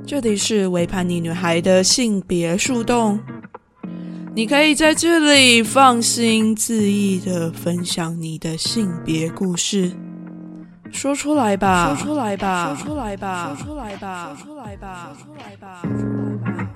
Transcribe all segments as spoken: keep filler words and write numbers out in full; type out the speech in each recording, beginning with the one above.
这里是为叛逆女孩的性别树洞，你可以在这里放心恣意的分享你的性别故事，说出来吧，说出来吧，说出来吧，说出来吧，说出来吧，说出来吧，说出来吧。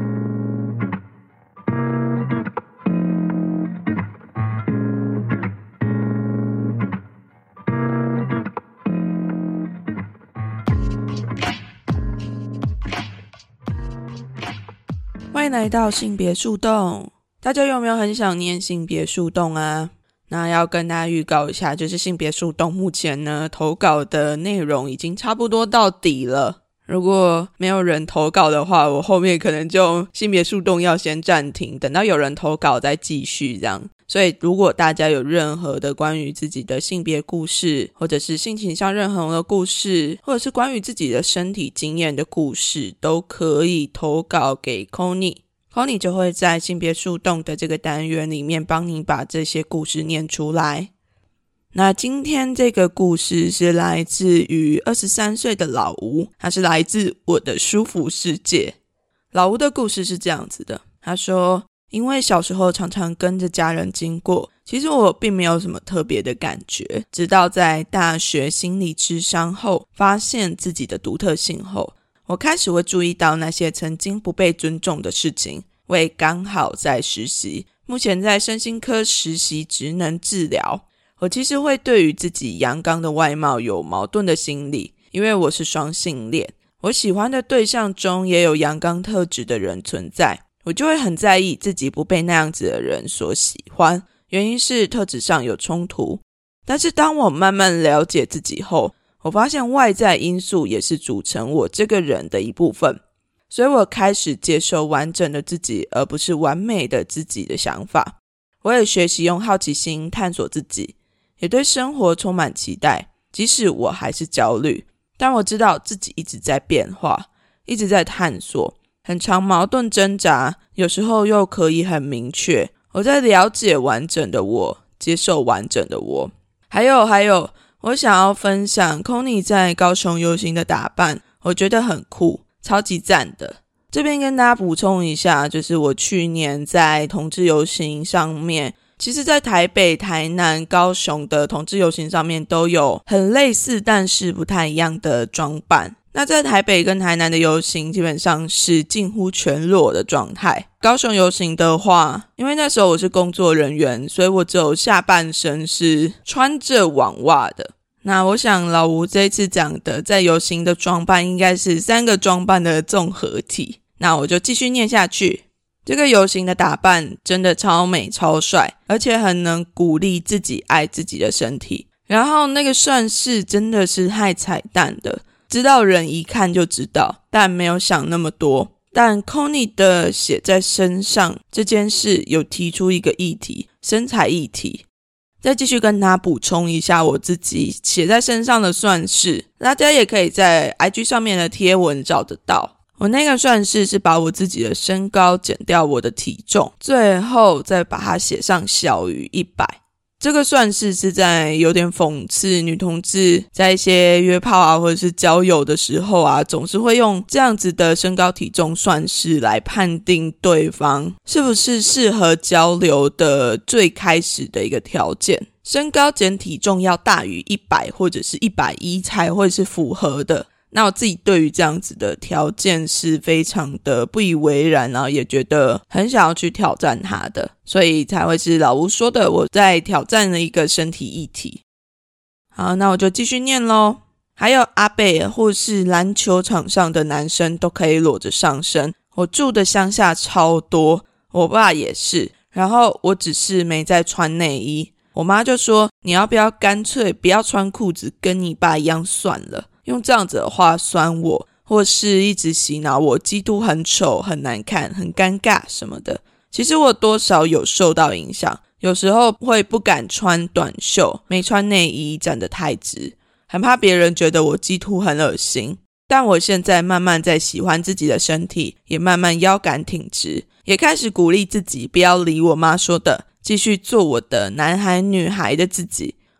欢迎来到性别树洞，大家有没有很想念性别树洞啊？那要跟大家预告一下，就是性别树洞目前呢投稿的内容已经差不多到底了，如果没有人投稿的话，我后面可能就性别树洞要先暂停，等到有人投稿再继续这样。所以如果大家有任何的关于自己的性别故事，或者是性倾向认同的故事，或者是关于自己的身体经验的故事，都可以投稿给 Connie。Connie 就会在性别树洞的这个单元里面帮你把这些故事念出来。那今天这个故事是来自于二十三岁的老吴，他是来自我的舒服世界。老吴的故事是这样子的，他说因为小时候常常跟着家人经过，其实我并没有什么特别的感觉，直到在大学心理咨商后，发现自己的独特性后，我开始会注意到那些曾经不被尊重的事情。我也刚好在实习，目前在身心科实习职能治疗。我其实会对于自己阳刚的外貌有矛盾的心理，因为我是双性恋，我喜欢的对象中也有阳刚特质的人存在，我就会很在意自己不被那样子的人所喜欢，原因是特质上有冲突。但是当我慢慢了解自己后，我发现外在因素也是组成我这个人的一部分，所以我开始接受完整的自己，而不是完美的自己的想法。我也学习用好奇心探索自己，也对生活充满期待，即使我还是焦虑，但我知道自己一直在变化，一直在探索，很常矛盾挣扎，有时候又可以很明确。我在了解完整的我，接受完整的我。还有还有我想要分享 Connie 在高雄游行的打扮，我觉得很酷，超级赞的。这边跟大家补充一下，就是我去年在同志游行上面，其实在台北、台南、高雄的同志游行上面都有很类似但是不太一样的装扮。那在台北跟台南的游行基本上是近乎全裸的状态，高雄游行的话，因为那时候我是工作人员，所以我只有下半身是穿着网袜的。那我想老吴这一次讲的在游行的装扮应该是三个装扮的综合体，那我就继续念下去。这个游行的打扮真的超美超帅，而且很能鼓励自己爱自己的身体。然后那个算式真的是太彩蛋的，知道人一看就知道，但没有想那么多。但 Connie 的写在身上这件事有提出一个议题，身材议题。再继续跟他补充一下我自己写在身上的算式，大家也可以在 I G 上面的贴文找得到。我那个算式是把我自己的身高减掉我的体重，最后再把它写上小于一百。这个算式是在有点讽刺女同志在一些约炮啊或者是交友的时候啊，总是会用这样子的身高体重算式来判定对方是不是适合交流的最开始的一个条件。身高减体重要大于一百或者是一百一才会是符合的。那我自己对于这样子的条件是非常的不以为然，然后也觉得很想要去挑战它的，所以才会是老吴说的我在挑战了一个身体议题。好，那我就继续念咯。还有阿伯或是篮球场上的男生都可以裸着上身，我住的乡下超多，我爸也是，然后我只是没在穿内衣，我妈就说你要不要干脆不要穿裤子跟你爸一样算了，用这样子的话酸我，或是一直洗脑我基督很丑很难看很尴尬什么的。其实我多少有受到影响，有时候会不敢穿短袖，没穿内衣站得太直，很怕别人觉得我基督很恶心。但我现在慢慢在喜欢自己的身体，也慢慢腰杆挺直，也开始鼓励自己不要理我妈说的，继续做我的男孩女孩的自己，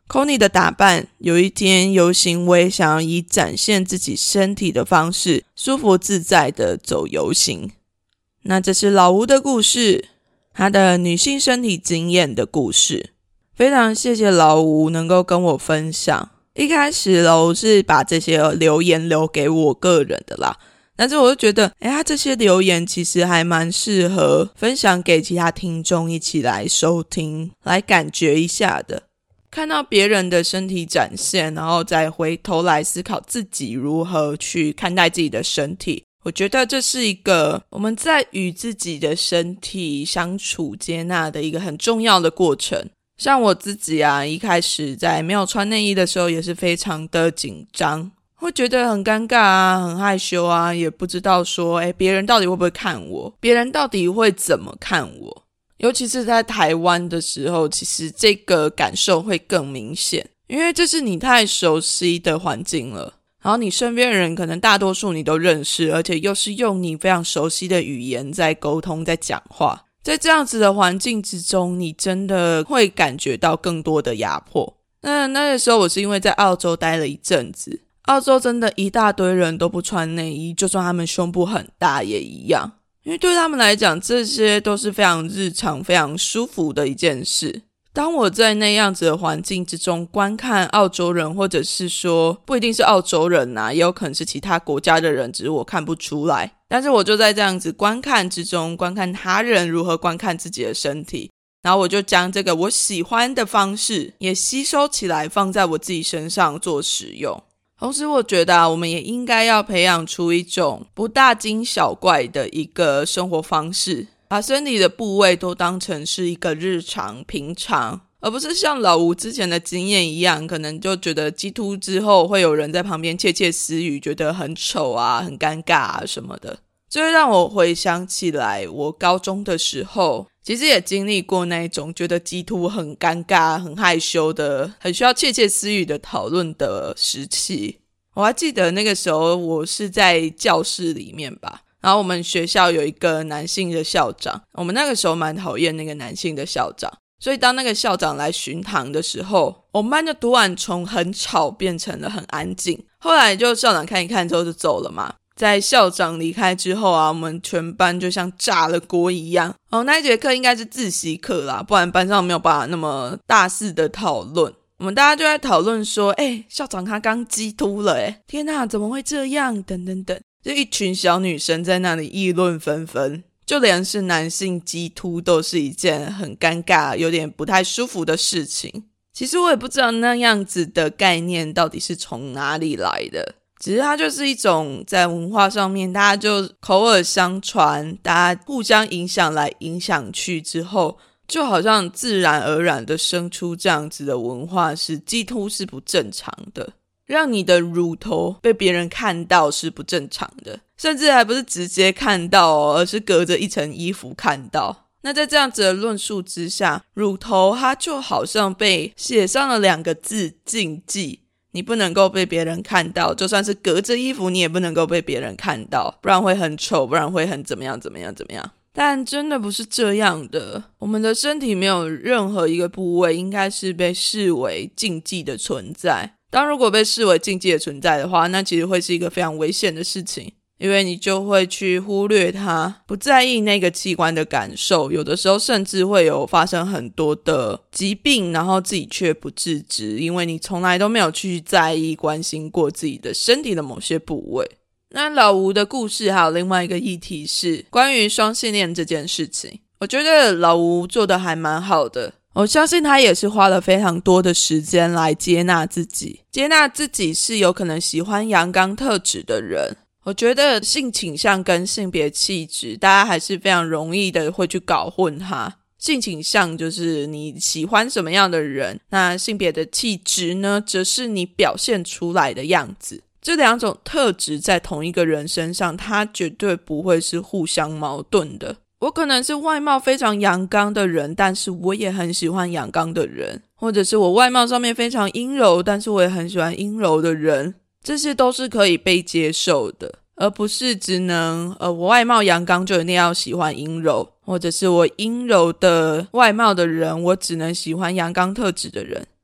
Connie 的打扮，有一天游行我也想要以展现自己身体的方式，舒服自在的走游行。那这是老吴的故事，他的女性身体经验的故事。非常谢谢老吴能够跟我分享。一开始老吴是把这些留言留给我个人的啦，但是我就觉得诶他这些留言其实还蛮适合分享给其他听众一起来收听，来感觉一下的。看到别人的身体展现，然后再回头来思考自己如何去看待自己的身体，我觉得这是一个我们在与自己的身体相处接纳的一个很重要的过程。像我自己啊，一开始在没有穿内衣的时候也是非常的紧张，会觉得很尴尬啊，很害羞啊，也不知道说诶别人到底会不会看我，别人到底会怎么看我。尤其是在台湾的时候，其实这个感受会更明显，因为这是你太熟悉的环境了，然后你身边的人可能大多数你都认识，而且又是用你非常熟悉的语言在沟通在讲话，在这样子的环境之中，你真的会感觉到更多的压迫。那那个时候我是因为在澳洲待了一阵子，澳洲真的一大堆人都不穿内衣，就算他们胸部很大也一样，因为对他们来讲这些都是非常日常非常舒服的一件事。当我在那样子的环境之中观看澳洲人，或者是说不一定是澳洲人啊，也有可能是其他国家的人，只是我看不出来，但是我就在这样子观看之中观看他人如何观看自己的身体，然后我就将这个我喜欢的方式也吸收起来放在我自己身上做使用。同时我觉得啊，我们也应该要培养出一种不大惊小怪的一个生活方式，把身体的部位都当成是一个日常平常，而不是像老吴之前的经验一样，可能就觉得激凸之后会有人在旁边窃窃私语，觉得很丑啊很尴尬啊什么的。这会让我回想起来我高中的时候其实也经历过那一种觉得激凸很尴尬很害羞的很需要窃窃私语的讨论的时期。我还记得那个时候我是在教室里面吧，然后我们学校有一个男性的校长，我们那个时候蛮讨厌那个男性的校长，所以当那个校长来巡堂的时候，我们班就突然从很吵变成了很安静。后来就校长看一看之后就走了嘛，在校长离开之后啊，我们全班就像炸了锅一样。哦，那一节课应该是自习课啦，不然班上没有办法那么大肆的讨论。我们大家就在讨论说，诶，校长他刚激凸了诶，天哪，怎么会这样等等等，就一群小女生在那里议论纷纷，就连是男性激凸都是一件很尴尬有点不太舒服的事情。其实我也不知道那样子的概念到底是从哪里来的，只是它就是一种在文化上面大家就口耳相传，大家互相影响来影响去之后，就好像自然而然的生出这样子的文化，是激凸是不正常的，让你的乳头被别人看到是不正常的，甚至还不是直接看到哦，而是隔着一层衣服看到。那在这样子的论述之下，乳头它就好像被写上了两个字，禁忌，你不能够被别人看到，就算是隔着衣服你也不能够被别人看到，不然会很丑，不然会很怎么样怎么样怎么样。但真的不是这样的，我们的身体没有任何一个部位应该是被视为禁忌的存在。当如果被视为禁忌的存在的话，那其实会是一个非常危险的事情，因为你就会去忽略它，不在意那个器官的感受，有的时候甚至会有发生很多的疾病，然后自己却不自知，因为你从来都没有去在意关心过自己的身体的某些部位。那老吴的故事还有另外一个议题是关于双性恋这件事情，我觉得老吴做的还蛮好的，我相信他也是花了非常多的时间来接纳自己，接纳自己是有可能喜欢阳刚特质的人。我觉得性倾向跟性别气质大家还是非常容易的会去搞混它。性倾向就是你喜欢什么样的人，那性别的气质呢，则是你表现出来的样子。这两种特质在同一个人身上，它绝对不会是互相矛盾的。我可能是外貌非常阳刚的人，但是我也很喜欢阳刚的人，或者是我外貌上面非常阴柔，但是我也很喜欢阴柔的人，这些都是可以被接受的，而不是只能呃，我外貌阳刚就一定要喜欢阴柔，或者是我阴柔的外貌的人我只能喜欢阳刚特质的人，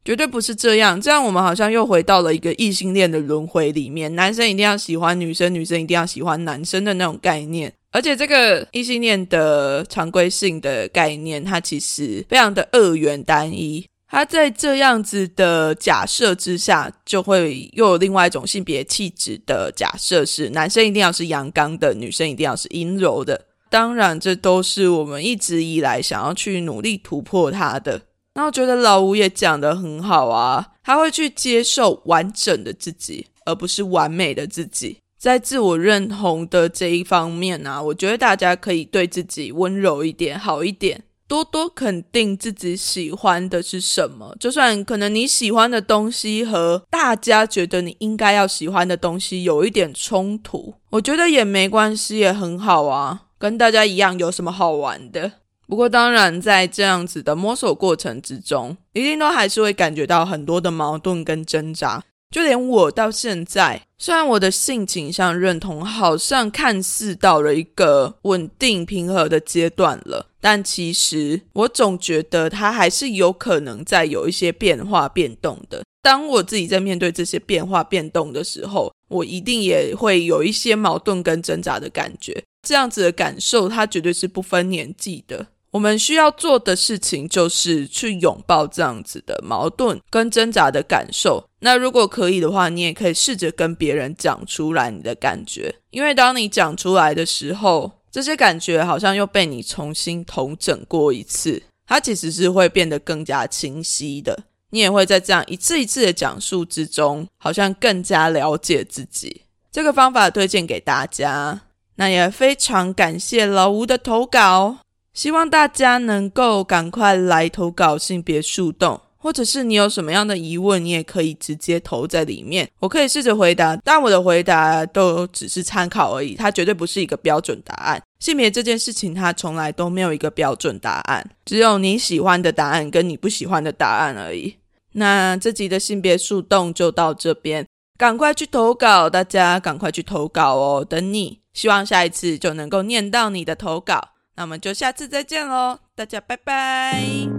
绝对不是这样，这样我们好像又回到了一个异性恋的轮回里面，男生一定要喜欢女生，女生一定要喜欢男生的那种概念。而且这个异性恋的常规性的概念，它其实非常的二元单一，它在这样子的假设之下，就会又有另外一种性别气质的假设，是男生一定要是阳刚的，女生一定要是阴柔的。当然这都是我们一直以来想要去努力突破它的。那我觉得老吴也讲得很好啊，他会去接受完整的自己，而不是完美的自己。在自我认同的这一方面啊，我觉得大家可以对自己温柔一点，好一点，多多肯定自己喜欢的是什么。就算可能你喜欢的东西和大家觉得你应该要喜欢的东西有一点冲突，我觉得也没关系，也很好啊，跟大家一样，有什么好玩的。不过当然在这样子的摸索过程之中，一定都还是会感觉到很多的矛盾跟挣扎。就连我到现在，虽然我的性倾向认同好像看似到了一个稳定平和的阶段了，但其实我总觉得它还是有可能在有一些变化变动的。当我自己在面对这些变化变动的时候，我一定也会有一些矛盾跟挣扎的感觉。这样子的感受它绝对是不分年纪的。我们需要做的事情就是去拥抱这样子的矛盾跟挣扎的感受。那如果可以的话，你也可以试着跟别人讲出来你的感觉，因为当你讲出来的时候，这些感觉好像又被你重新统整过一次，它其实是会变得更加清晰的。你也会在这样一次一次的讲述之中，好像更加了解自己。这个方法推荐给大家。那也非常感谢老吴的投稿，希望大家能够赶快来投稿性别树洞，或者是你有什么样的疑问，你也可以直接投在里面，我可以试着回答，但我的回答都只是参考而已，它绝对不是一个标准答案。性别这件事情它从来都没有一个标准答案，只有你喜欢的答案跟你不喜欢的答案而已。那这集的性别树洞就到这边，赶快去投稿，大家赶快去投稿哦，等你，希望下一次就能够念到你的投稿。那我们就下次再见咯，大家拜拜。